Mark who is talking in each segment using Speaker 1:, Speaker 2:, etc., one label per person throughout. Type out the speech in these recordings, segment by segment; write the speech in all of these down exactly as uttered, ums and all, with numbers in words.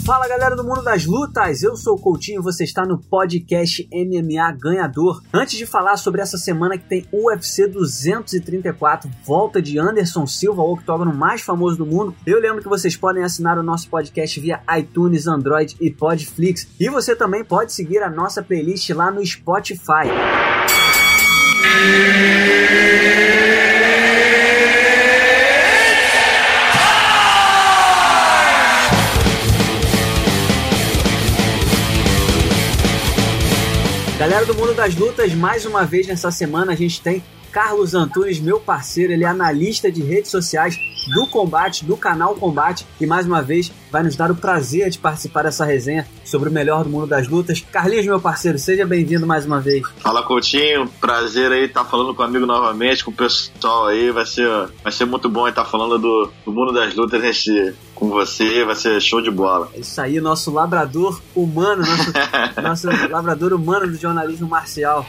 Speaker 1: Fala galera do mundo das lutas, eu sou o Coutinho e você está no podcast M M A Ganhador. Antes de falar sobre essa semana que tem U F C duzentos e trinta e quatro, volta de Anderson Silva, o octógono mais famoso do mundo, eu lembro que vocês podem assinar o nosso podcast via iTunes, Android e Podflix. E você também pode seguir a nossa playlist lá no Spotify. Galera do mundo das lutas, mais uma vez nessa semana a gente tem Carlos Antunes, meu parceiro, ele é analista de redes sociais do Combate, do canal Combate, e mais uma vez vai nos dar o prazer de participar dessa resenha sobre o melhor do mundo das lutas. Carlinhos, meu parceiro, seja bem-vindo mais uma vez.
Speaker 2: Fala, Coutinho, prazer aí estar falando com o amigo novamente, com o pessoal aí, vai ser, vai ser muito bom estar falando do, do mundo das lutas nesse, com você, vai ser show de bola.
Speaker 1: É isso aí, nosso labrador humano, nosso, nosso labrador humano do jornalismo marcial.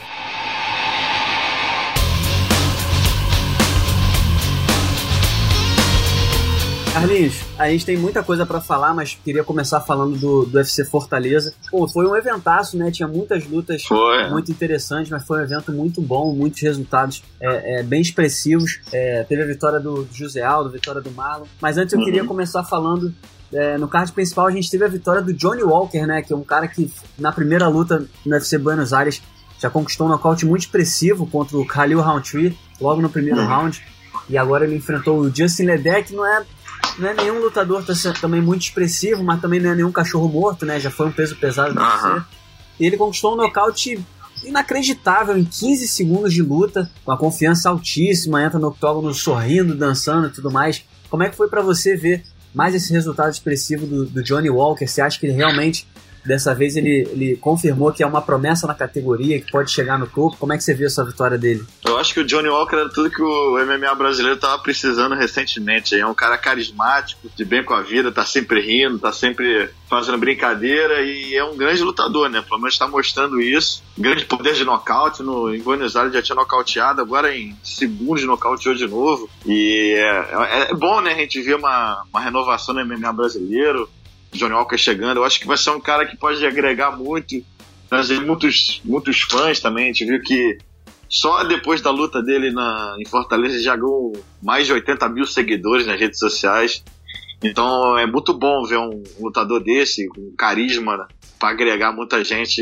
Speaker 1: Carlinhos, a gente tem muita coisa pra falar, mas queria começar falando do, do U F C Fortaleza. Pô, foi um eventaço, né? Tinha muitas lutas foi. muito interessantes, mas foi um evento muito bom, muitos resultados é, é, bem expressivos. É, teve a vitória do, do José Aldo, a vitória do Marlon. Mas antes eu uhum. queria começar falando, é, no card principal a gente teve a vitória do Johnny Walker, né? Que é um cara que na primeira luta no U F C Buenos Aires já conquistou um nocaute muito expressivo contra o Khalil Rountree, logo no primeiro uhum. round. E agora ele enfrentou o Justin Ledet, que não é... Não é nenhum lutador também muito expressivo, mas também não é nenhum cachorro morto, né? Já foi um peso pesado do U F C. E ele conquistou um nocaute inacreditável em quinze segundos de luta, com a confiança altíssima, entra no octógono sorrindo, dançando e tudo mais. Como é que foi pra você ver mais esse resultado expressivo do, do Johnny Walker? Você acha que ele realmente, dessa vez, ele, ele confirmou que é uma promessa na categoria, que pode chegar no topo? Como é que você viu essa vitória dele?
Speaker 2: Eu acho que o Johnny Walker era tudo que o M M A brasileiro estava precisando recentemente. É um cara carismático, de bem com a vida, tá sempre rindo, tá sempre fazendo brincadeira e é um grande lutador, né? Pelo menos está mostrando isso. Grande poder de nocaute. No, em Buenos Aires já tinha nocauteado, agora em segundos nocauteou de novo. E é, é bom, né? A gente ver uma, uma renovação no M M A brasileiro. Johnny Walker chegando, eu acho que vai ser um cara que pode agregar muito, trazer muitos, muitos fãs também. A gente viu que só depois da luta dele na, em Fortaleza já ganhou mais de oitenta mil seguidores nas redes sociais. Então é muito bom ver um, um lutador desse, com carisma, né, para agregar muita gente,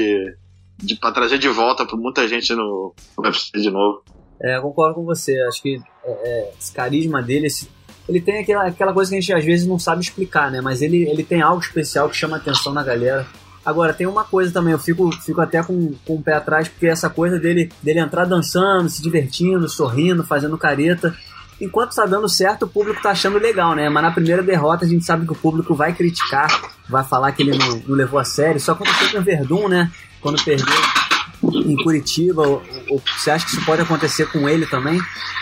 Speaker 2: para trazer de volta para muita gente no U F C de novo.
Speaker 1: É, eu concordo com você, acho que é, é, esse carisma dele, esse ele tem aquela, aquela coisa que a gente às vezes não sabe explicar, né? Mas ele, ele tem algo especial que chama a atenção na galera. Agora, tem uma coisa também, eu fico, fico até com, com o pé atrás, porque essa coisa dele, dele entrar dançando, se divertindo, sorrindo, fazendo careta. Enquanto tá dando certo, o público tá achando legal, né? Mas na primeira derrota a gente sabe que o público vai criticar, vai falar que ele não, não levou a sério. Só aconteceu com o Verdun, né? Quando perdeu em Curitiba. Ou, ou, você acha que isso pode acontecer com ele também?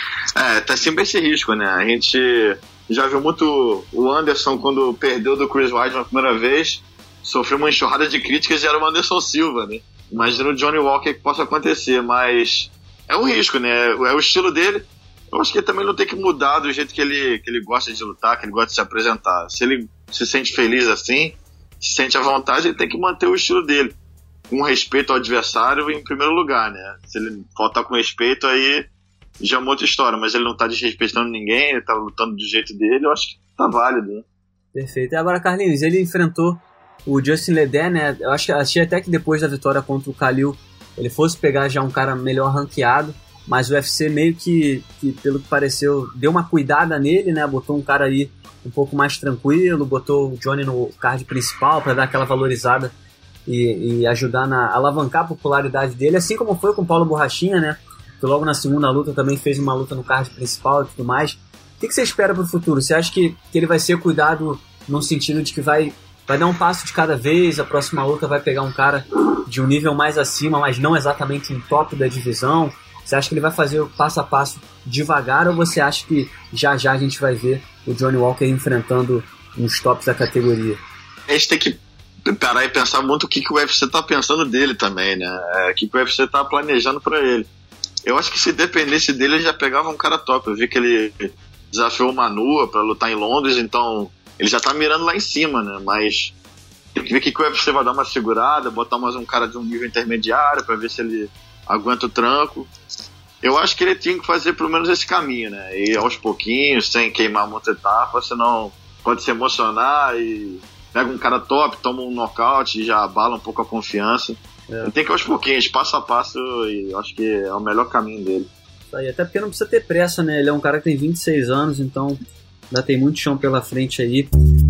Speaker 2: É, tá sempre esse risco, né? A gente já viu muito o Anderson quando perdeu do Chris Weidman na primeira vez, sofreu uma enxurrada de críticas e era o Anderson Silva, né? Imagina o Johnny Walker que possa acontecer, mas é um risco, né? É o estilo dele. Eu acho que ele também não tem que mudar do jeito que ele, que ele gosta de lutar, que ele gosta de se apresentar. Se ele se sente feliz assim, se sente à vontade, ele tem que manter o estilo dele, com respeito ao adversário em primeiro lugar, né? Se ele faltar com respeito, aí já é uma outra história, mas ele não tá desrespeitando ninguém, ele tá lutando do jeito dele, eu acho que tá válido, né?
Speaker 1: Perfeito. E agora, Carlinhos, ele enfrentou o Justin Ledet, né? Eu acho que achei até que depois da vitória contra o Khalil, ele fosse pegar já um cara melhor ranqueado, mas o U F C meio que, que, pelo que pareceu, deu uma cuidada nele, né? Botou um cara aí um pouco mais tranquilo, botou o Johnny no card principal para dar aquela valorizada e, e ajudar na alavancar a popularidade dele, assim como foi com o Paulo Borrachinha, né? Que logo na segunda luta também fez uma luta no card principal e tudo mais. O que, que você espera pro futuro? Você acha que, que ele vai ser cuidado no sentido de que vai, vai dar um passo de cada vez, a próxima luta vai pegar um cara de um nível mais acima, mas não exatamente um top da divisão? Você acha que ele vai fazer o passo a passo devagar, ou você acha que já já a gente vai ver o Johnny Walker enfrentando uns tops da categoria?
Speaker 2: A gente tem que parar e pensar muito o que, que o U F C tá pensando dele também, né? É, o que, que o U F C tá planejando pra ele. Eu acho que se dependesse dele, ele já pegava um cara top. Eu vi que ele desafiou o Manua pra lutar em Londres, então ele já tá mirando lá em cima, né? Mas Tem que ver que o U F C vai dar uma segurada, botar mais um cara de um nível intermediário pra ver se ele aguenta o tranco. Eu acho que ele tinha que fazer pelo menos esse caminho, né? E aos pouquinhos, sem queimar muita etapa, senão pode se emocionar e pega um cara top, toma um nocaute e já abala um pouco a confiança. É. Ele tem que ir aos pouquinhos, passo a passo, e eu acho que é o melhor caminho dele.
Speaker 1: Aí, até porque não precisa ter pressa, né? Ele é um cara que tem vinte e seis anos, então ainda tem muito chão pela frente aí.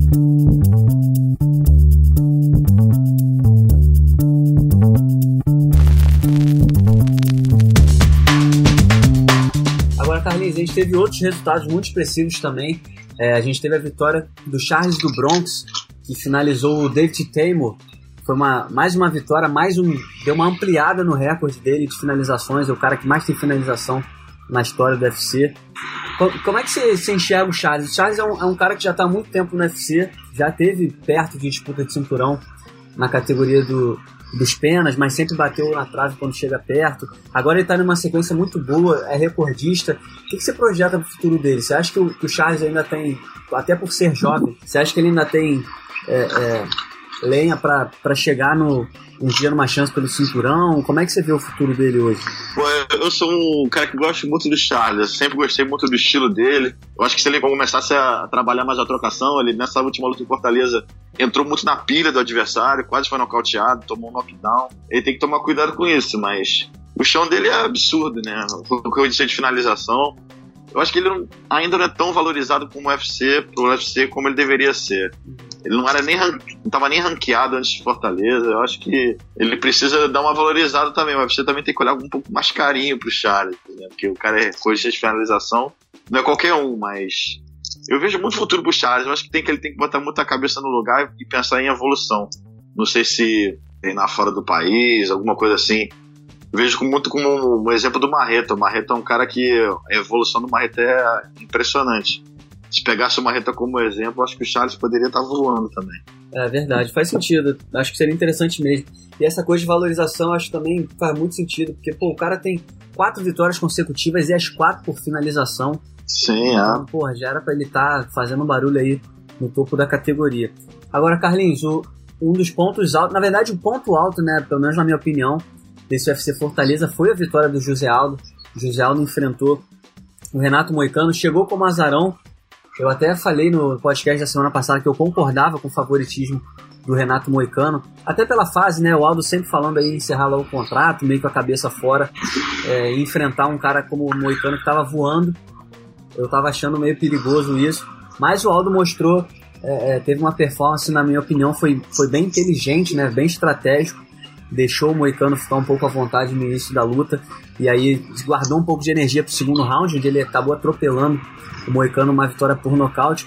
Speaker 1: Agora, Carlinhos, a gente teve outros resultados muito expressivos também. É, a gente teve a vitória do Charles do Bronx, que finalizou o David Teymur. Foi uma, mais uma vitória, mais um, deu uma ampliada no recorde dele de finalizações. É o cara que mais tem finalização na história do U F C. Como é que você, você enxerga o Charles? O Charles é um, é um cara que já está há muito tempo no U F C, já teve perto de disputa de cinturão na categoria do, dos penas, mas sempre bateu na trave quando chega perto. Agora ele está numa sequência muito boa, é recordista. O que, que você projeta para o futuro dele? Você acha que o, que o Charles ainda tem, até por ser jovem, você acha que ele ainda tem é, é, lenha para chegar no, um dia numa chance pelo cinturão? Como é que você vê o futuro dele hoje?
Speaker 2: Pô, eu sou um cara que gosta muito do Charles, eu sempre gostei muito do estilo dele. Eu acho que se ele começasse a trabalhar mais a trocação, ele nessa última luta em Fortaleza entrou muito na pilha do adversário, quase foi nocauteado, tomou um knockdown. Ele tem que tomar cuidado com isso, mas o chão dele é absurdo, né? O que eu disse de finalização. Eu acho que ele não, ainda não é tão valorizado como o U F C, pro U F C como ele deveria ser. Ele não era nem não estava nem ranqueado antes de Fortaleza. Eu acho que ele precisa dar uma valorizada também. O U F C também tem que olhar um pouco mais carinho pro Charles, né? Porque o cara é coisa de finalização, não é qualquer um, mas eu vejo muito futuro pro Charles. Eu acho que, tem que ele tem que botar muita cabeça no lugar e pensar em evolução. Não sei se treinar fora do país, alguma coisa assim. Vejo muito como um exemplo do Marreta. O Marreta é um cara que a evolução do Marreta é impressionante. Se pegasse o Marreta como exemplo, acho que o Charles poderia estar voando também.
Speaker 1: É verdade, faz sentido. Acho que seria interessante mesmo. E essa coisa de valorização, acho que também faz muito sentido, porque pô, o cara tem quatro vitórias consecutivas e as quatro por finalização.
Speaker 2: Sim,
Speaker 1: então,
Speaker 2: é.
Speaker 1: Porra, já era pra ele estar tá fazendo um barulho aí no topo da categoria. Agora, Carlinhos, o, um dos pontos altos, na verdade, o ponto alto, né, pelo menos na minha opinião, desse U F C Fortaleza foi a vitória do José Aldo. O José Aldo enfrentou o Renato Moicano, chegou como azarão. Eu até falei no podcast da semana passada que eu concordava com o favoritismo do Renato Moicano, até pela fase, né? O Aldo sempre falando aí em encerrar logo o contrato, meio com a cabeça fora, é, e enfrentar um cara como o Moicano que estava voando. Eu estava achando meio perigoso isso, mas o Aldo mostrou, é, teve uma performance, na minha opinião, foi, foi bem inteligente, né? Bem estratégico. Deixou o Moicano ficar um pouco à vontade no início da luta e aí guardou um pouco de energia para o segundo round, onde ele acabou atropelando o Moicano, uma vitória por nocaute.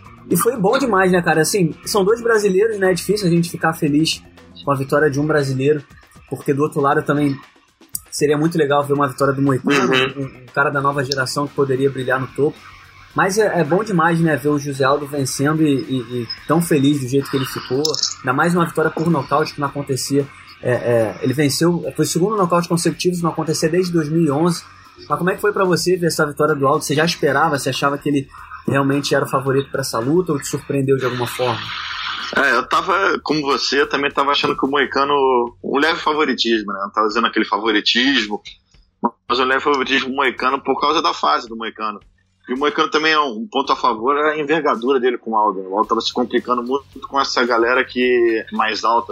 Speaker 1: E foi bom demais, né, cara? Assim, são dois brasileiros, né? É difícil a gente ficar feliz com a vitória de um brasileiro, porque do outro lado também seria muito legal ver uma vitória do Moicano, um, um cara da nova geração que poderia brilhar no topo. Mas é, é bom demais, né, ver o José Aldo vencendo e, e, e tão feliz do jeito que ele ficou. Ainda mais uma vitória por nocaute que não acontecia. É, é, ele venceu, foi o segundo nocaute consecutivo, isso não acontecia desde dois mil e onze. Mas como é que foi pra você ver essa vitória do Aldo? Você já esperava? Você achava que ele realmente era o favorito para essa luta ou te surpreendeu de alguma forma?
Speaker 2: É, eu tava, como você, eu também tava achando que o Moicano, um leve favoritismo, né? Eu tava dizendo aquele favoritismo, mas um leve favoritismo do Moicano por causa da fase do Moicano. E o Moicano também é um ponto a favor, é a envergadura dele com o Aldo. O Aldo tava se complicando muito com essa galera que é mais alta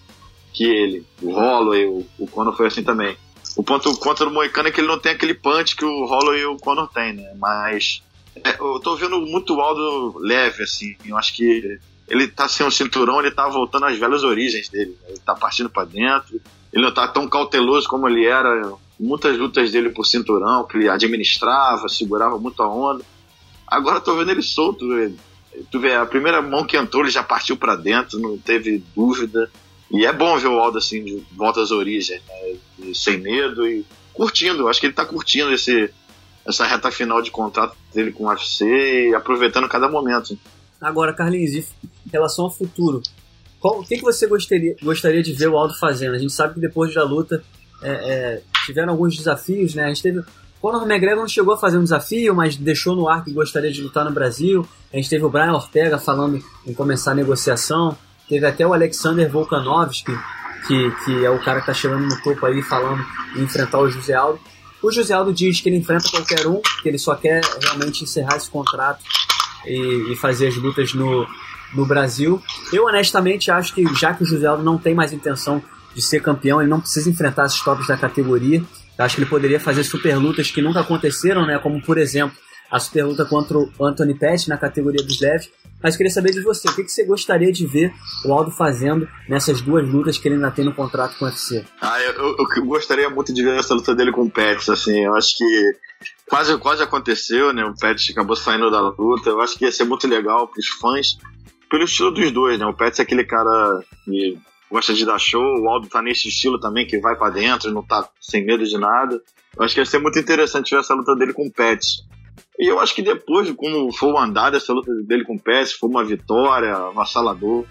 Speaker 2: que ele. O Holloway, o, o Conor foi assim também. O ponto contra o Moicano é que ele não tem aquele punch que o Holloway e o Conor tem, né? Mas é, eu tô vendo muito o Aldo leve, assim. Eu acho que ele tá sem um cinturão, ele tá voltando às velhas origens dele. Ele tá partindo pra dentro. Ele não tá tão cauteloso como ele era. Muitas lutas dele por cinturão, que ele administrava, segurava muito a onda. Agora eu tô vendo ele solto. Ele, tu vê, a primeira mão que entrou, ele já partiu pra dentro, não teve dúvida. E é bom ver o Aldo assim, de volta às origens, né? Sem medo e curtindo. Acho que ele tá curtindo esse, essa reta final de contrato dele com o U F C e aproveitando cada momento.
Speaker 1: Agora, Carlinhos, em relação ao futuro, qual, o que, que você gostaria, gostaria de ver o Aldo fazendo? A gente sabe que depois da luta é, é, tiveram alguns desafios, né? A gente teve... Conor McGregor não chegou a fazer um desafio, mas deixou no ar que gostaria de lutar no Brasil. A gente teve o Brian Ortega falando em começar a negociação. O teve até o Alexander Volkanovski, que, que é o cara que tá chegando no topo aí, falando em enfrentar o José Aldo. O José Aldo diz que ele enfrenta qualquer um, que ele só quer realmente encerrar esse contrato e, e fazer as lutas no, no Brasil. Eu honestamente acho que, já que o José Aldo não tem mais intenção de ser campeão, ele não precisa enfrentar esses tops da categoria. Eu acho que ele poderia fazer super lutas que nunca aconteceram, né? Como, por exemplo, a super luta contra o Anthony Pettis na categoria dos leves. Mas eu queria saber de você, o que, que você gostaria de ver o Aldo fazendo nessas duas lutas que ele ainda tem no contrato com o U F C?
Speaker 2: Ah, eu, eu, eu gostaria muito de ver essa luta dele com o Pettis, assim, eu acho que quase, quase aconteceu, né? O Pettis acabou saindo da luta, eu acho que ia ser muito legal pros fãs, pelo estilo dos dois, né? O Pettis é aquele cara que gosta de dar show, o Aldo tá nesse estilo também, que vai pra dentro, não tá sem medo de nada. Eu acho que ia ser muito interessante ver essa luta dele com o Pettis. E eu acho que depois, como for o andar dessa luta dele com o Pettis, for uma vitória avassaladora,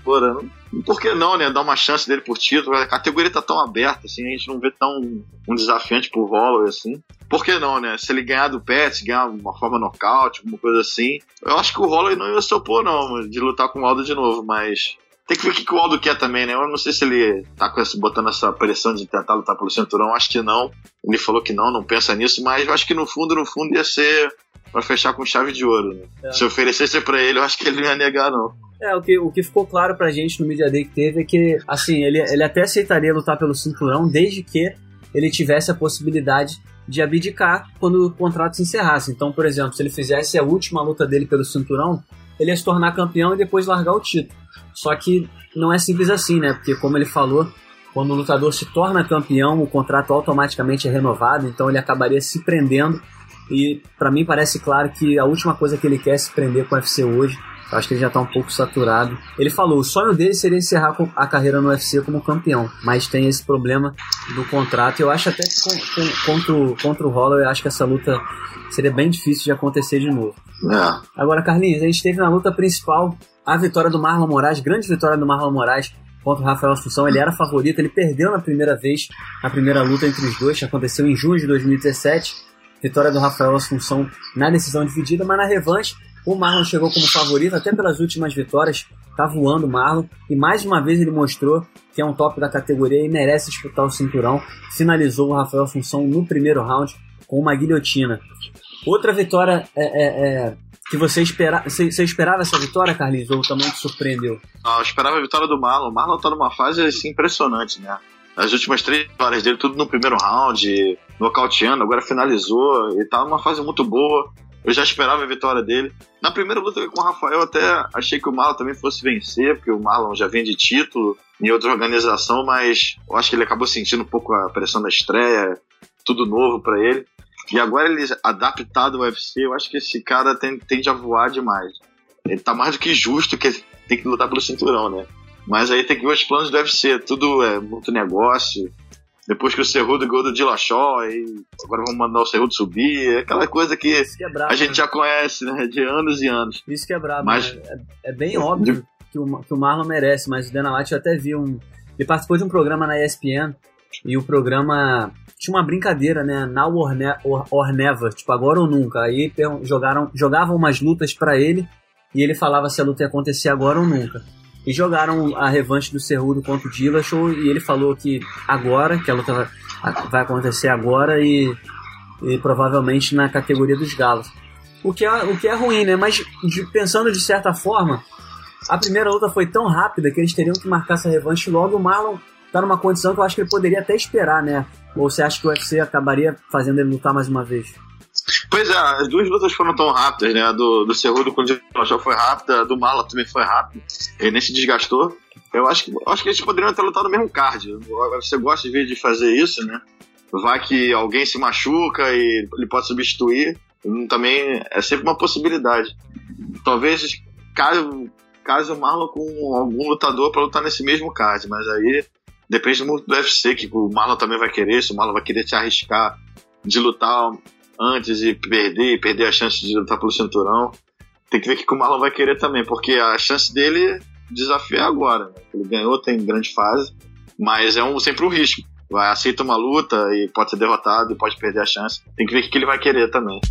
Speaker 2: por que não, né? Dar uma chance dele por título. A categoria tá tão aberta, assim, a gente não vê tão um desafiante pro Holloway, assim. Por que não, né? Se ele ganhar do Pettis, ganhar uma forma nocaute, alguma coisa assim, eu acho que o Holloway não ia se opor, não, de lutar com o Aldo de novo, mas tem que ver o que o Aldo quer também, né? Eu não sei se ele tá com essa, botando essa pressão de tentar lutar pelo cinturão, acho que não. Ele falou que não, não pensa nisso, mas eu acho que no fundo, no fundo ia ser pra fechar com chave de ouro, né? É. Se oferecesse pra ele, eu acho que ele não ia negar, não.
Speaker 1: É, o que, o que ficou claro pra gente no Media Day que teve é que, assim, ele, ele até aceitaria lutar pelo cinturão desde que ele tivesse a possibilidade de abdicar quando o contrato se encerrasse. Então, por exemplo, se ele fizesse a última luta dele pelo cinturão, ele ia se tornar campeão e depois largar o título. Só que não é simples assim, né? Porque, como ele falou, quando o lutador se torna campeão, o contrato automaticamente é renovado, então ele acabaria se prendendo. E pra mim parece claro que a última coisa que ele quer é se prender com o U F C hoje. Eu acho que ele já tá um pouco saturado. Ele falou, o sonho dele seria encerrar a carreira no U F C como campeão, mas tem esse problema do contrato. Eu acho até que com, com, contra, o, contra o Holloway, eu acho que essa luta seria bem difícil de acontecer de novo.
Speaker 2: É.
Speaker 1: Agora, Carlinhos, a gente teve na luta principal a vitória do Marlon Moraes, grande vitória do Marlon Moraes contra o Rafael Assunção. Ele era favorito, ele perdeu na primeira vez, na primeira luta entre os dois, que aconteceu em junho de dois mil e dezessete. Vitória do Rafael Assunção na decisão dividida, mas na revanche o Marlon chegou como favorito, até pelas últimas vitórias, tá voando o Marlon, e mais uma vez ele mostrou que é um top da categoria e merece disputar o cinturão. Finalizou o Rafael Assunção no primeiro round com uma guilhotina. Outra vitória é, é, é, que você, espera, você, você esperava essa vitória, Carlinhos, ou também te surpreendeu?
Speaker 2: Ah, eu esperava a vitória do Marlon. O Marlon tá numa fase assim, impressionante, né? As últimas três vitórias dele, tudo no primeiro round, nocauteando, agora finalizou, ele tá numa fase muito boa. Eu já esperava a vitória dele. Na primeira luta com o Rafael, eu até achei que o Marlon também fosse vencer, porque o Marlon já vem de título em outra organização, mas eu acho que ele acabou sentindo um pouco a pressão da estreia, tudo novo pra ele. E agora ele adaptado ao U F C, eu acho que esse cara tende, tende a voar demais. Ele tá mais do que justo que ele tem que lutar pelo cinturão, né? Mas aí tem que ver os planos do U F C, tudo é muito negócio. Depois que o Cerrudo ganhou do Dillashaw, aí agora vamos mandar o Cerrudo subir, aquela coisa que, que é bravo, a gente né? já conhece, né, de anos e anos.
Speaker 1: Isso que é brabo, mas né? é, é bem óbvio de... que, o, que o Marlon merece, mas o Dana White eu até vi um... Ele participou de um programa na E S P N, e o programa tinha uma brincadeira, né, now or, ne- or, or never, tipo agora ou nunca. Aí jogaram, jogavam umas lutas pra ele, e ele falava se a luta ia acontecer agora ou nunca. E jogaram a revanche do Cerrudo contra o Dillashaw, e ele falou que agora, que a luta vai, vai acontecer agora e, e provavelmente na categoria dos galos. O que é, o que é ruim, né? Mas de, pensando de certa forma, a primeira luta foi tão rápida que eles teriam que marcar essa revanche logo. O Marlon tá numa condição que eu acho que ele poderia até esperar, né? Ou você acha que o U F C acabaria fazendo ele lutar mais uma vez?
Speaker 2: Pois é, as duas lutas foram tão rápidas, né? A do, do Cerrudo com o Dillashaw foi rápida, a do Marlon também foi rápida. Ele nem se desgastou. Eu acho que, acho que eles poderiam ter lutado no mesmo card. Você gosta de ver de fazer isso, né? Vai que alguém se machuca e ele pode substituir. Também é sempre uma possibilidade. Talvez caso, caso o Marlon com algum lutador para lutar nesse mesmo card, mas aí depende muito do U F C, que o Marlon também vai querer, se o Marlon vai querer se arriscar de lutar antes e perder, e perder a chance de lutar pelo cinturão. Tem que ver o que o Marlon vai querer também, porque a chance dele desafiar agora, né? Ele ganhou, tem grande fase, mas é um, sempre um risco. Vai, aceita uma luta e pode ser derrotado e pode perder a chance. Tem que ver o que ele vai querer também.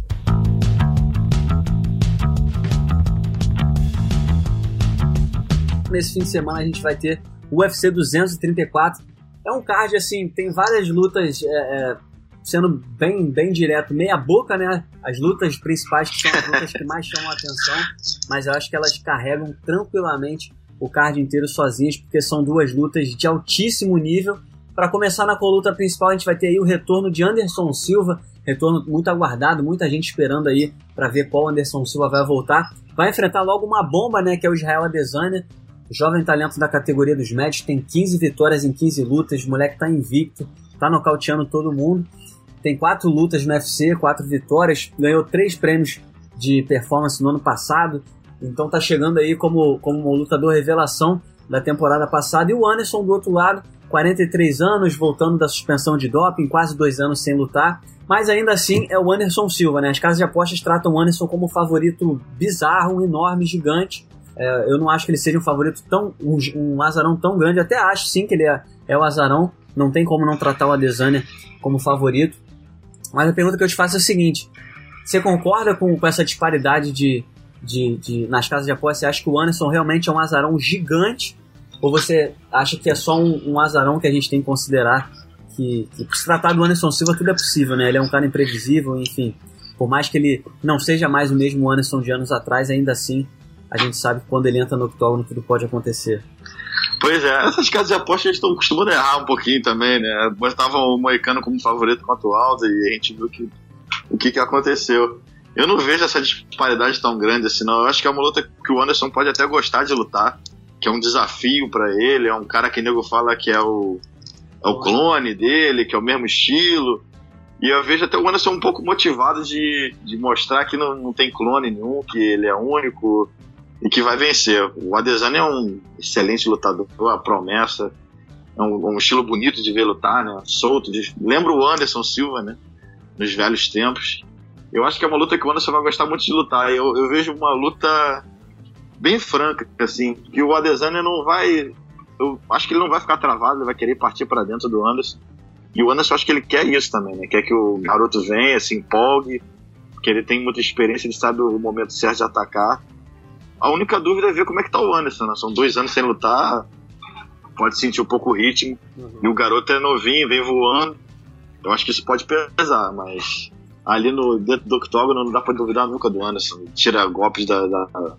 Speaker 1: nesse fim de semana a gente vai ter o U F C duzentos e trinta e quatro. É um card, assim, tem várias lutas, é, é, sendo bem, bem direto, meia boca, né? As lutas principais, que são as lutas que mais chamam a atenção, mas eu acho que elas carregam tranquilamente o card inteiro sozinhas, porque são duas lutas de altíssimo nível. Para começar na coluta principal, a gente vai ter aí o retorno de Anderson Silva, retorno muito aguardado, muita gente esperando aí para ver qual Anderson Silva vai voltar. Vai enfrentar logo uma bomba, né, que é o Israel Adesanya, jovem talento da categoria dos médios, tem quinze vitórias em quinze lutas, o moleque tá invicto, tá nocauteando todo mundo, tem quatro lutas no U F C, quatro vitórias, ganhou três prêmios de performance no ano passado, então tá chegando aí como, como um lutador revelação da temporada passada. E o Anderson do outro lado, quarenta e três anos, voltando da suspensão de doping, quase dois anos sem lutar, mas ainda assim é o Anderson Silva, né? As casas de apostas tratam o Anderson como um favorito bizarro, um enorme, gigante. É, eu não acho que ele seja um favorito tão, um, um azarão tão grande, até acho sim que ele é, é o azarão, não tem como não tratar o Adesanya como favorito. Mas a pergunta que eu te faço é o seguinte: você concorda com, com essa disparidade de, de, de, nas casas de apostas? Você acha que o Anderson realmente é um azarão gigante? Ou você acha que é só um, um azarão que a gente tem que considerar? Que, que se tratar do Anderson Silva tudo é possível, né? Ele é um cara imprevisível, enfim. Por mais que ele não seja mais o mesmo Anderson de anos atrás, ainda assim a gente sabe que quando ele entra no octógono tudo pode acontecer.
Speaker 2: Pois é, essas casas de apostas estão costumando errar um pouquinho também, né? Botavam o Moicano como favorito contra o Aldo e a gente viu que, o que, que aconteceu. Eu não vejo essa disparidade tão grande assim, não. Eu acho que é uma luta que o Anderson pode até gostar de lutar, que é um desafio pra ele, é um cara que o nego fala que é o, é o clone dele, que é o mesmo estilo. E eu vejo até o Anderson um pouco motivado de, de mostrar que não, não tem clone nenhum, que ele é único e que vai vencer. O Adesanya é um excelente lutador, a promessa, é um, um estilo bonito de ver lutar, né? Solto. De, lembra o Anderson Silva, né? Nos velhos tempos. Eu acho que é uma luta que o Anderson vai gostar muito de lutar. Eu, eu vejo uma luta bem franca, assim, que o Adesanya não vai... Eu acho que ele não vai ficar travado, ele vai querer partir para dentro do Anderson. E o Anderson, acho que ele quer isso também, né? Quer que o garoto venha, se empolgue, que ele tem muita experiência, ele sabe o momento certo de atacar. A única dúvida é ver como é que tá o Anderson, né? São dois anos sem lutar, pode sentir um pouco o ritmo, uhum. E o garoto é novinho, vem voando. Eu acho que isso pode pesar, mas ali no, dentro do octógono não dá pra duvidar nunca do Anderson. Tira golpes da, da,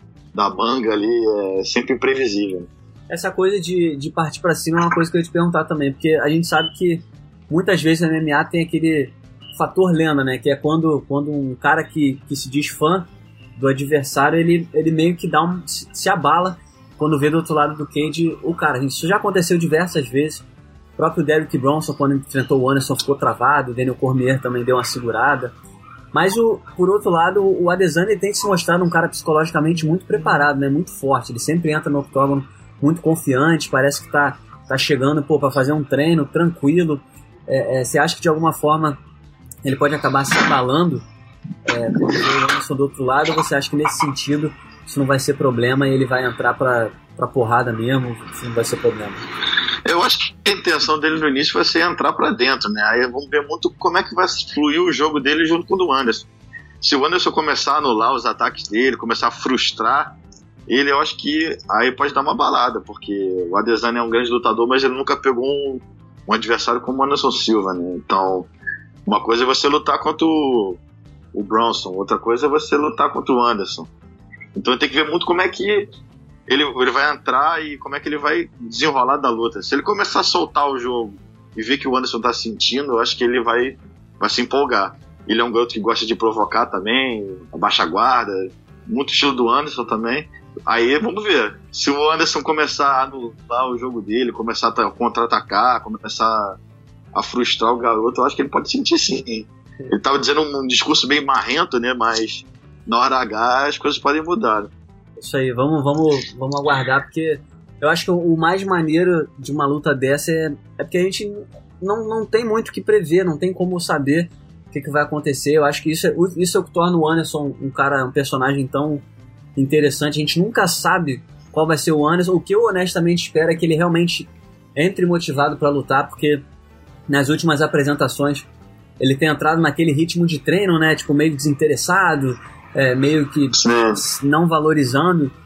Speaker 2: da manga ali, é sempre imprevisível.
Speaker 1: Essa coisa de, de partir pra cima é uma coisa que eu ia te perguntar também, porque a gente sabe que muitas vezes no M M A tem aquele fator lenda, né? Que é quando, quando um cara que, que se diz fã do adversário, ele, ele meio que dá um, se abala quando vê do outro lado do cage o cara. Isso já aconteceu diversas vezes. O próprio Derrick Bronson, quando enfrentou o Anderson, ficou travado. O Daniel Cormier também deu uma segurada. Mas, o, por outro lado, o Adesanya tem que se mostrar um cara psicologicamente muito preparado, né? Muito forte. Ele sempre entra no octógono muito confiante, parece que tá, tá chegando pô, para fazer um treino tranquilo. É, é, você acha que de alguma forma ele pode acabar se abalando é, quando o Anderson do outro lado, ou você acha que nesse sentido isso não vai ser problema e ele vai entrar pra, pra porrada mesmo, isso não vai ser problema?
Speaker 2: Eu acho que a intenção dele no início vai ser entrar pra dentro, né? Aí vamos ver muito como é que vai fluir o jogo dele junto com o do Anderson. Se o Anderson começar a anular os ataques dele, começar a frustrar ele, eu acho que aí pode dar uma balada, porque o Adesanya é um grande lutador, mas ele nunca pegou um, um adversário como o Anderson Silva, né? Então, uma coisa é você lutar contra o, o Bronson, outra coisa é você lutar contra o Anderson. Então tem que ver muito como é que ele, ele vai entrar e como é que ele vai desenrolar da luta. Se ele começar a soltar o jogo e ver que o Anderson tá sentindo, eu acho que ele vai, vai se empolgar. Ele é um garoto que gosta de provocar também, abaixa a guarda, muito estilo do Anderson também. Aí vamos ver, se o Anderson começar a anular o jogo dele, começar a contra-atacar, começar a frustrar o garoto, eu acho que ele pode sentir sim. Ele estava dizendo um discurso bem marrento, né? Mas na hora H as coisas podem mudar.
Speaker 1: Isso aí, vamos, vamos, vamos aguardar, porque eu acho que o mais maneiro de uma luta dessa é, é porque a gente não, não tem muito o que prever, não tem como saber o que, que vai acontecer. Eu acho que isso é, isso é o que torna o Anderson um cara, um personagem tão interessante. A gente nunca sabe qual vai ser o Anderson. O que eu honestamente espero é que ele realmente entre motivado para lutar, porque nas últimas apresentações ele tem entrado naquele ritmo de treino, né? Tipo, meio desinteressado, é, meio que não valorizando.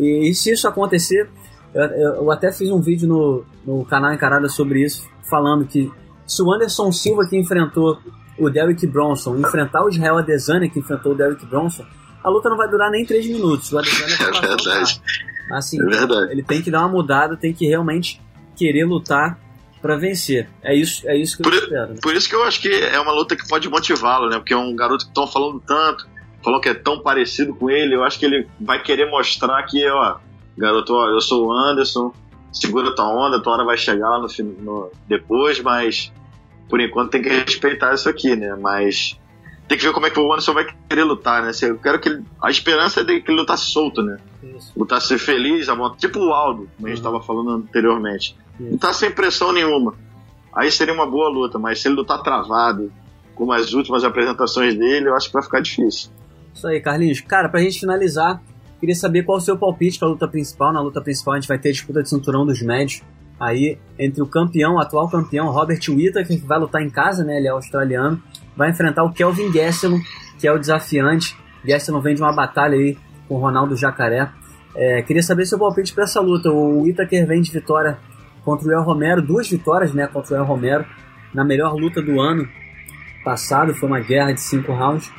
Speaker 1: E, e se isso acontecer, eu, eu até fiz um vídeo no, no canal Encarada sobre isso, falando que se o Anderson Silva, que enfrentou o Derrick Bronson, enfrentar o Israel Adesanya, que enfrentou o Derrick Bronson, a luta não vai durar nem três minutos. O Adesanya
Speaker 2: é verdade.
Speaker 1: Assim,
Speaker 2: é verdade.
Speaker 1: Ele tem que dar uma mudada, tem que realmente querer lutar pra vencer. É isso, é isso que
Speaker 2: por,
Speaker 1: eu espero. Né?
Speaker 2: Por isso que eu acho que é uma luta que pode motivá-lo, né? Porque é um garoto que estão falando tanto, falou que é tão parecido com ele, eu acho que ele vai querer mostrar que, ó, garoto, ó, eu sou o Anderson, segura tua onda, tua hora vai chegar lá no, no, depois, mas por enquanto tem que respeitar isso aqui, né? Mas tem que ver como é que o Anderson vai querer lutar, né? Eu quero que ele, a esperança é de que ele lutasse solto, né? Isso. Lutasse feliz, tipo o Aldo, como a gente estava uhum. falando anteriormente. Isso. Lutar sem pressão nenhuma. Aí seria uma boa luta, mas se ele lutar travado, como as últimas apresentações dele, eu acho que vai ficar difícil.
Speaker 1: Isso aí, Carlinhos. Cara, pra gente finalizar, queria saber qual é o seu palpite pra luta principal. Na luta principal a gente vai ter a disputa de cinturão dos médios. Aí, entre o campeão, o atual campeão, Robert Whittaker, que vai lutar em casa, né? Ele é australiano. Vai enfrentar o Kelvin Gastelum, que é o desafiante. Gastelum vem de uma batalha aí com o Ronaldo Jacaré. É, queria saber seu palpite pra essa luta. O Whittaker vem de vitória contra o El Romero. Duas vitórias, né? Contra o El Romero. Na melhor luta do ano passado. Foi uma guerra de cinco rounds.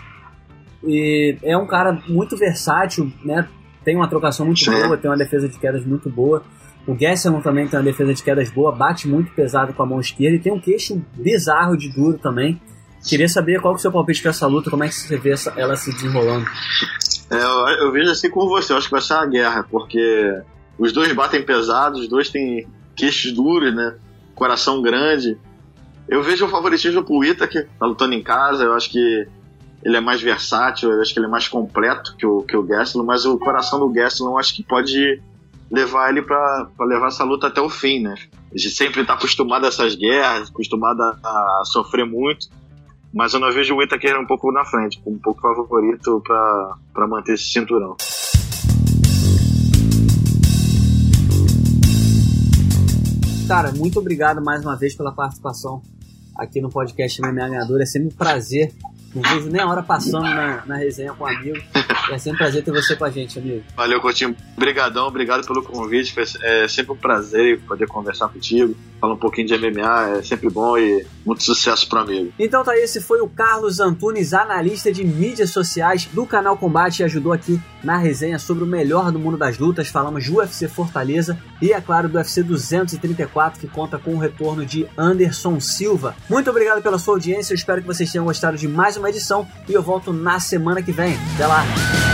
Speaker 1: E é um cara muito versátil, né? Tem uma trocação muito boa, tem uma defesa de quedas muito boa. O Gastelum também tem uma defesa de quedas boa, bate muito pesado com a mão esquerda e tem um queixo bizarro de duro também. Queria saber qual que é o seu palpite para essa luta, como é que você vê essa, ela se desenrolando.
Speaker 2: É, eu, eu vejo assim como você, eu acho que vai ser uma guerra, porque os dois batem pesado, os dois têm queixos duros, né? Coração grande. Eu vejo o favoritismo pro Whittaker, tá lutando em casa, eu acho que ele é mais versátil, eu acho que ele é mais completo que o, que o Gastelum, mas o coração do Gastelum eu acho que pode levar ele pra, pra levar essa luta até o fim, né? A gente sempre tá acostumado a essas guerras, acostumado a, a sofrer muito, mas eu não vejo o Whittaker um pouco na frente, um pouco favorito pra, pra manter esse cinturão.
Speaker 1: Cara, muito obrigado mais uma vez pela participação aqui no podcast M M A Ganhador, é sempre um prazer. Não vejo nem a hora passando na, na resenha com um amigo. É sempre um prazer ter você com a gente, amigo.
Speaker 2: Valeu, Coutinho. Obrigadão, obrigado pelo convite. É sempre um prazer poder conversar contigo. Falar um pouquinho de M M A, é sempre bom e muito sucesso pro amigo.
Speaker 1: Então tá, esse foi o Carlos Antunes, analista de mídias sociais do canal Combate, e ajudou aqui na resenha sobre o melhor do mundo das lutas. Falamos de U F C Fortaleza e, é claro, do U F C duzentos e trinta e quatro, que conta com o retorno de Anderson Silva. Muito obrigado pela sua audiência, eu espero que vocês tenham gostado de mais uma edição e eu volto na semana que vem. Até lá!